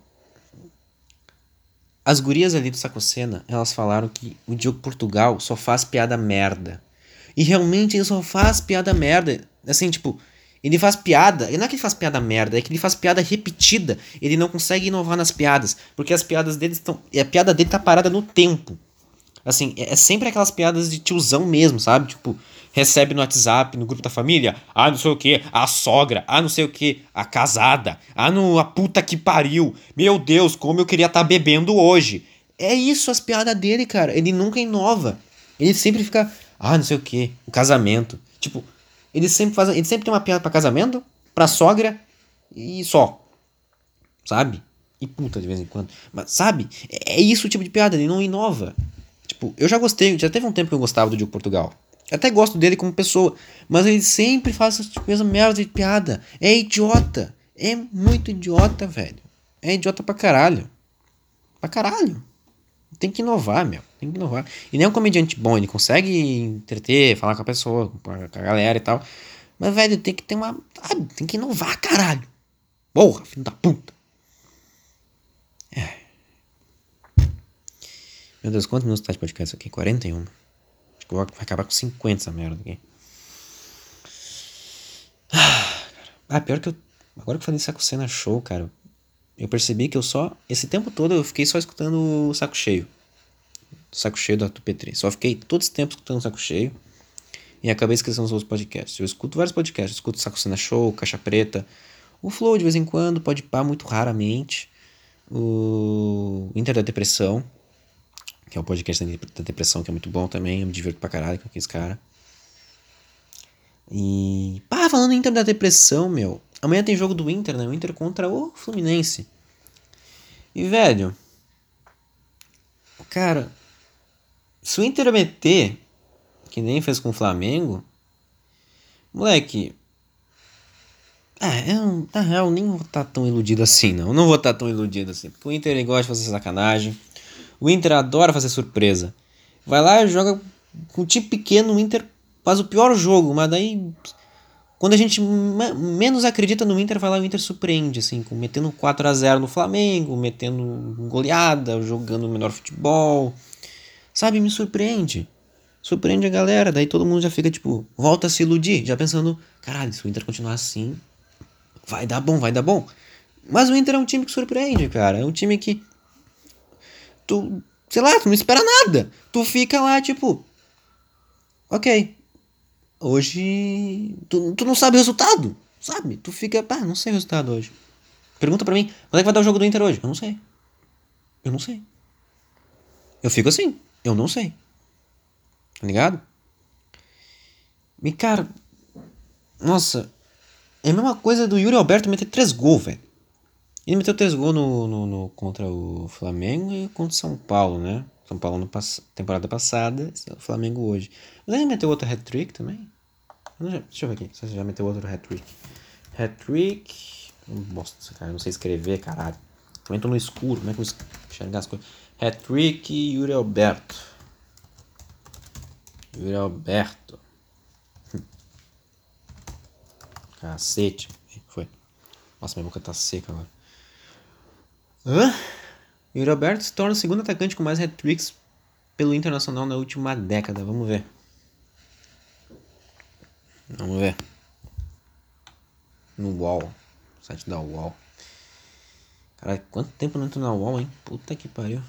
Speaker 1: as gurias ali do Saco Cena, elas falaram que o Diogo Portugal só faz piada merda. E realmente ele só faz piada merda. Assim, tipo, Ele faz piada, não é que ele faz piada merda, é que ele faz piada repetida. Ele não consegue inovar nas piadas, porque as piadas dele estão, a piada dele tá parada no tempo. Assim, é, é sempre aquelas piadas de tiozão mesmo, sabe? Tipo, recebe no WhatsApp, no grupo da família, ah, não sei o que, a sogra, ah, não sei o que, a casada, ah, no, a puta que pariu, meu Deus, como eu queria estar tá bebendo hoje. É isso as piadas dele, cara. Ele nunca inova. Ele sempre fica, ah, não sei o que, o casamento. Tipo, ele sempre faz, ele sempre tem uma piada pra casamento, pra sogra e só, sabe? E puta de vez em quando. Mas, sabe? É, é isso o tipo de piada, ele não inova. Tipo, eu já gostei, já teve um tempo que eu gostava do Diogo Portugal. Eu até gosto dele como pessoa, mas ele sempre faz essa coisa merda de piada. É idiota. É muito idiota, velho. É idiota pra caralho. Pra caralho. Tem que inovar, meu. Tem que inovar. E nem é um comediante bom, ele consegue entreter, falar com a pessoa, com a galera e tal. Mas, velho, tem que ter uma. Sabe? Tem que inovar, caralho. Porra, filho da puta. É. Meu Deus, quantos minutos tá de podcast aqui? quarenta e um. Acho que eu vou acabar com cinquenta essa merda aqui. Ah, pior que eu. Agora que eu falei em Saco Cena Show, cara. Eu percebi que eu só. Esse tempo todo eu fiquei só escutando o Saco Cheio. O Saco Cheio do Arthur Petri. Só fiquei todo esse tempo escutando o Saco Cheio. E acabei esquecendo os outros podcasts. Eu escuto vários podcasts. Eu escuto o Saco Cena Show, Caixa Preta. O Flow de vez em quando, pode pá muito raramente. O Inter da Depressão. Que é o podcast da depressão, que é muito bom também. Eu me divirto pra caralho com aqueles caras. E. Pá, falando em Inter da Depressão, meu. Amanhã tem jogo do Inter, né? O Inter contra o Fluminense. E, velho. Cara. Se o Inter meter, que nem fez com o Flamengo. Moleque. É, eu, na real, nem vou estar tão iludido assim, não. Eu não vou estar tão iludido assim. Porque o Inter ele gosta de fazer sacanagem. O Inter adora fazer surpresa. Vai lá e joga com um time pequeno. O Inter faz o pior jogo, mas daí quando a gente menos acredita no Inter, vai lá e o Inter surpreende, assim, com, metendo quatro a zero no Flamengo, metendo goleada, jogando o melhor futebol. Sabe, me surpreende. Surpreende a galera, daí todo mundo já fica, tipo, volta a se iludir, já pensando, caralho, se o Inter continuar assim, vai dar bom, vai dar bom. Mas o Inter é um time que surpreende, cara. É um time que tu, sei lá, tu não espera nada. Tu fica lá, tipo, ok, hoje tu, tu não sabe o resultado, sabe? Tu fica, pá, não sei o resultado hoje. Pergunta pra mim, quando é que vai dar o jogo do Inter hoje? Eu não sei. Eu não sei. Eu fico assim, eu não sei. Tá ligado? E cara, nossa, é a mesma coisa do Yuri Alberto meter três gols, velho. Ele meteu três gols no, no, no, contra o Flamengo e contra o São Paulo, né? São Paulo na pass- temporada passada, o Flamengo hoje. Mas ele meteu outro hat-trick também? Eu já, deixa eu ver aqui, se você já meteu outro hat-trick. Hat-trick. Bosta, cara, eu não sei escrever, caralho. Também tô no escuro, como é que eu enxergar as coisas? Hat-trick Yuri Alberto. Yuri Alberto. Cacete. Foi. Nossa, minha boca tá seca agora. Hã? Yuri Alberto se torna o segundo atacante com mais hat-tricks pelo Internacional na última década. Vamos ver. Vamos ver. No U O L. Site da U O L. Caralho, quanto tempo não entro na U O L, hein? Puta que pariu.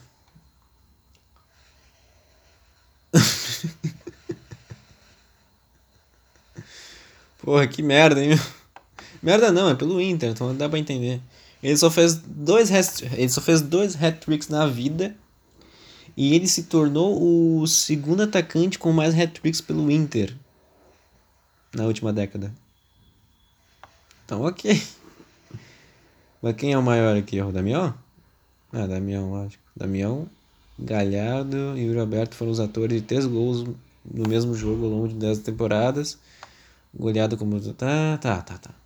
Speaker 1: Porra, que merda, hein? Merda não, é pelo Inter, então dá pra entender. Ele só fez dois, hat- ele só fez dois hat-tricks na vida. E ele se tornou o segundo atacante com mais hat-tricks pelo Inter na última década. Então, ok. Mas quem é o maior aqui? O Damião? Ah, Damião, lógico. Damião, Galhardo e Yuri Alberto foram os atores de três gols no mesmo jogo ao longo de dez temporadas. Goleado como... Tá, tá, tá, tá.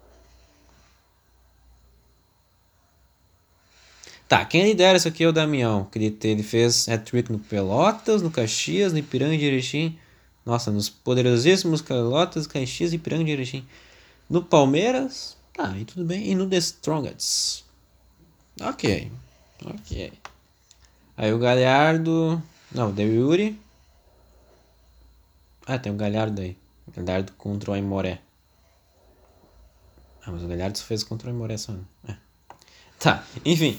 Speaker 1: Tá, quem lidera isso aqui é o Damião. Que ele, ele fez hat-trick no Pelotas, no Caxias, no Ipiranga de Erechim. Nossa, nos poderosíssimos Pelotas, Caxias e Ipiranga de Erechim. No Palmeiras, tá, e tudo bem. E no The Strongest. Ok, ok. Aí o Galhardo... Não, o Yuri. Ah, tem o Galhardo aí. Galhardo contra o Aimoré. Ah, mas o Galhardo fez contra o Aimoré só. É. Tá, enfim.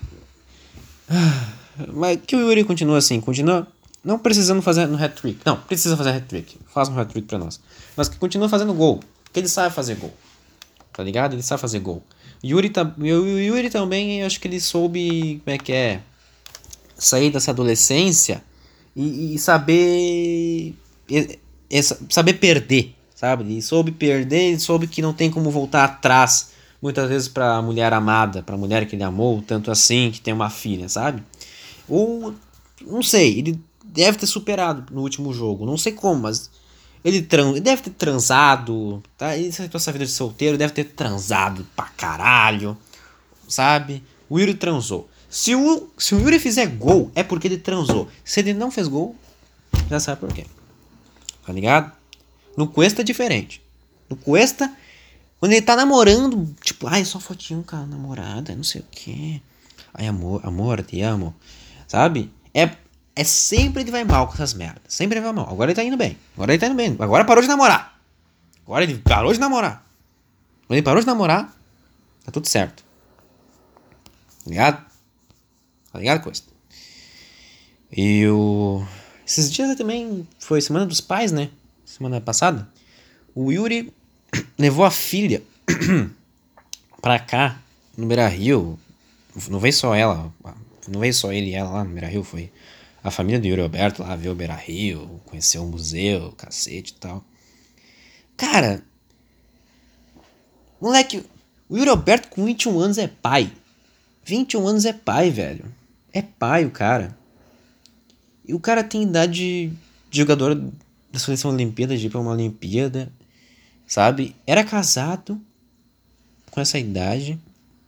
Speaker 1: Mas que o Yuri continua assim, continua não precisando fazer no hat-trick. Não, precisa fazer hat-trick. Faz um hat-trick pra nós. Mas que continua fazendo gol. Porque ele sabe fazer gol. Tá ligado? Ele sabe fazer gol. Yuri tá, o Yuri também, acho que ele soube como é que é sair dessa adolescência e, e saber e, e, saber perder, sabe? Ele soube perder, ele soube que não tem como voltar atrás muitas vezes pra mulher amada, pra mulher que ele amou, tanto assim, que tem uma filha, sabe? Ou, não sei, ele deve ter superado no último jogo, não sei como, mas ele, tran ele deve ter transado, tá? Ele aceitou essa vida de solteiro, deve ter transado pra caralho, sabe? O Yuri transou. Se o, se o Yuri fizer gol, é porque ele transou. Se ele não fez gol, já sabe por quê. Tá ligado? No Cuesta é diferente. No Cuesta, quando ele tá namorando, tipo, ai, só fotinho com a namorada, não sei o quê. Ai, amor, amor, te amo. Sabe? É, é sempre ele vai mal com essas merdas. Sempre ele vai mal. Agora ele tá indo bem. Agora ele tá indo bem. Agora parou de namorar. Agora ele parou de namorar. Quando ele parou de namorar, tá tudo certo. Tá ligado? Tá ligado, Costa? E o... Esses dias também foi Semana dos Pais, né? Semana passada. O Yuri levou a filha pra cá, no Beira-Rio. Não veio só ela. Não veio só ele e ela lá no Beira-Rio. Foi a família do Yuri Alberto lá, viu o Beira-Rio, conheceu o museu, cacete e tal. Cara... Moleque, o Yuri Alberto com vinte e um anos é pai. vinte e um anos é pai, velho. É pai o cara. E o cara tem idade de jogador da seleção Olimpíada, de ir pra uma Olimpíada, sabe? Era casado com essa idade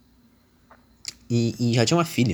Speaker 1: e, e já tinha uma filha.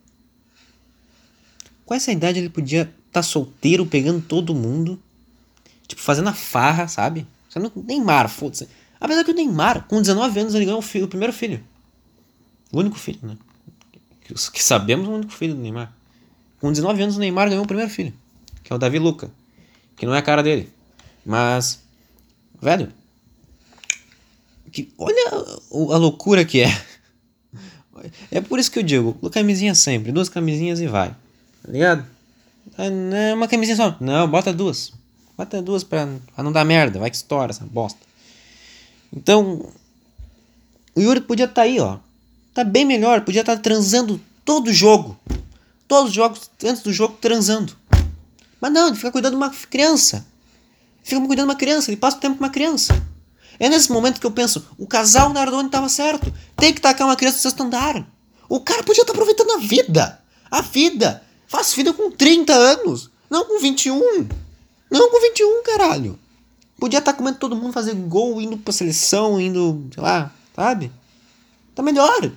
Speaker 1: Com essa idade ele podia estar tá solteiro, pegando todo mundo, tipo, fazendo a farra, sabe? Sendo Neymar, foda-se. Apesar que o Neymar, com dezenove anos, ele ganhou o, filho, o primeiro filho. O único filho, né? Que, que sabemos, o único filho do Neymar. Com dezenove anos, o Neymar ganhou o primeiro filho, que é o Davi Luca, que não é a cara dele. Mas, velho, que, olha a, a loucura que é. É por isso que eu digo, camisinha sempre, duas camisinhas e vai. Tá ligado? É uma camisinha só. Não, bota duas. Bota duas pra, pra não dar merda, vai que estoura essa bosta. Então, o Yuri podia estar tá aí, ó. Tá bem melhor, podia estar tá transando todo jogo. Todos os jogos, antes do jogo, transando. Mas não, ele fica cuidando de uma criança. Fica cuidando de uma criança, ele passa o tempo com uma criança. É nesse momento que eu penso, o casal Nardoni estava certo. Tem que tacar uma criança no sexto andar. O cara podia estar tá aproveitando a vida. A vida. Faz vida com trinta anos. Não com vinte e um. Não com vinte e um, caralho. Podia estar tá comendo todo mundo, fazer gol, indo pra seleção, indo, sei lá, sabe? Tá melhor.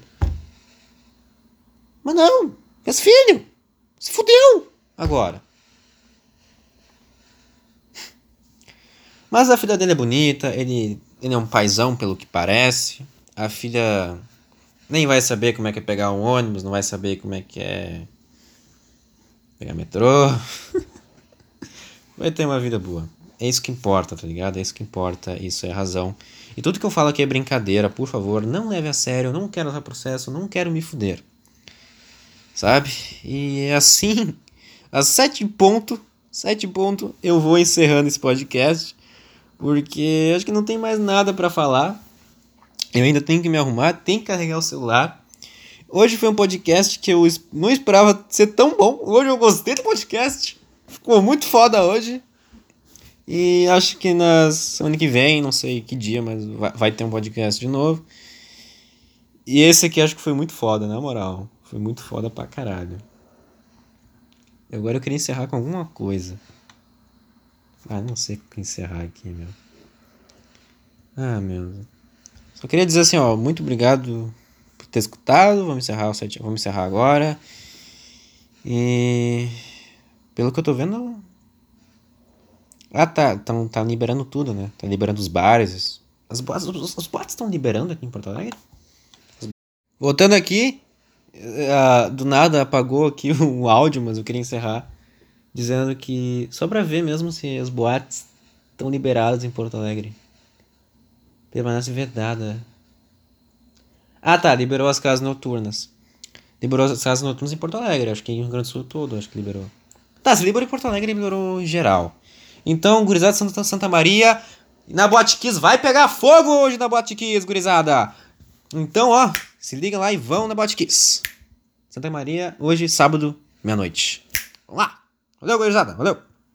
Speaker 1: Mas não. Fez filho. Se fudeu. Agora. Mas a filha dele é bonita. Ele, ele é um paizão, pelo que parece. A filha nem vai saber como é que é pegar um ônibus. Não vai saber como é que é pegar metrô. Vai ter uma vida boa. É isso que importa, tá ligado? É isso que importa. Isso é a razão. E tudo que eu falo aqui é brincadeira. Por favor, não leve a sério. Eu não quero usar processo. Não quero me fuder. Sabe? E assim, às sete ponto, sete ponto, eu vou encerrando esse podcast, porque acho que não tem mais nada pra falar. Eu ainda tenho que me arrumar, tenho que carregar o celular. Hoje foi um podcast que eu não esperava ser tão bom. Hoje eu gostei do podcast. Ficou muito foda hoje. E acho que na semana que vem, não sei que dia, mas vai, vai ter um podcast de novo. E esse aqui acho que foi muito foda, na moral. Foi muito foda pra caralho. Agora eu queria encerrar com alguma coisa. Ah, não sei o que encerrar aqui, meu. Ah, meu. Só queria dizer assim, ó. Muito obrigado por ter escutado. Vamos encerrar, o set... Vamos encerrar agora. E... Pelo que eu tô vendo... Ah, tá. Tão, tá liberando tudo, né? Tá liberando os bares. As boates, os, os boates estão liberando aqui em Porto Alegre. Voltando aqui... Uh, do nada apagou aqui o áudio, mas eu queria encerrar dizendo que só pra ver mesmo se as boates estão liberadas em Porto Alegre. Permanece vedada Ah, tá, liberou as casas noturnas. Liberou as casas noturnas em Porto Alegre, acho que em Rio Grande do Sul todo, acho que liberou. Tá, se liberou em Porto Alegre, liberou em geral. Então, gurizada de Santa, Santa Maria, na Boate Kiss, vai pegar fogo hoje na Boate Kiss, gurizada. Então, ó, se liga lá e vão na Boate Kiss. Santa Maria, hoje, sábado, meia-noite. Vamos lá. Valeu, gurizada, valeu.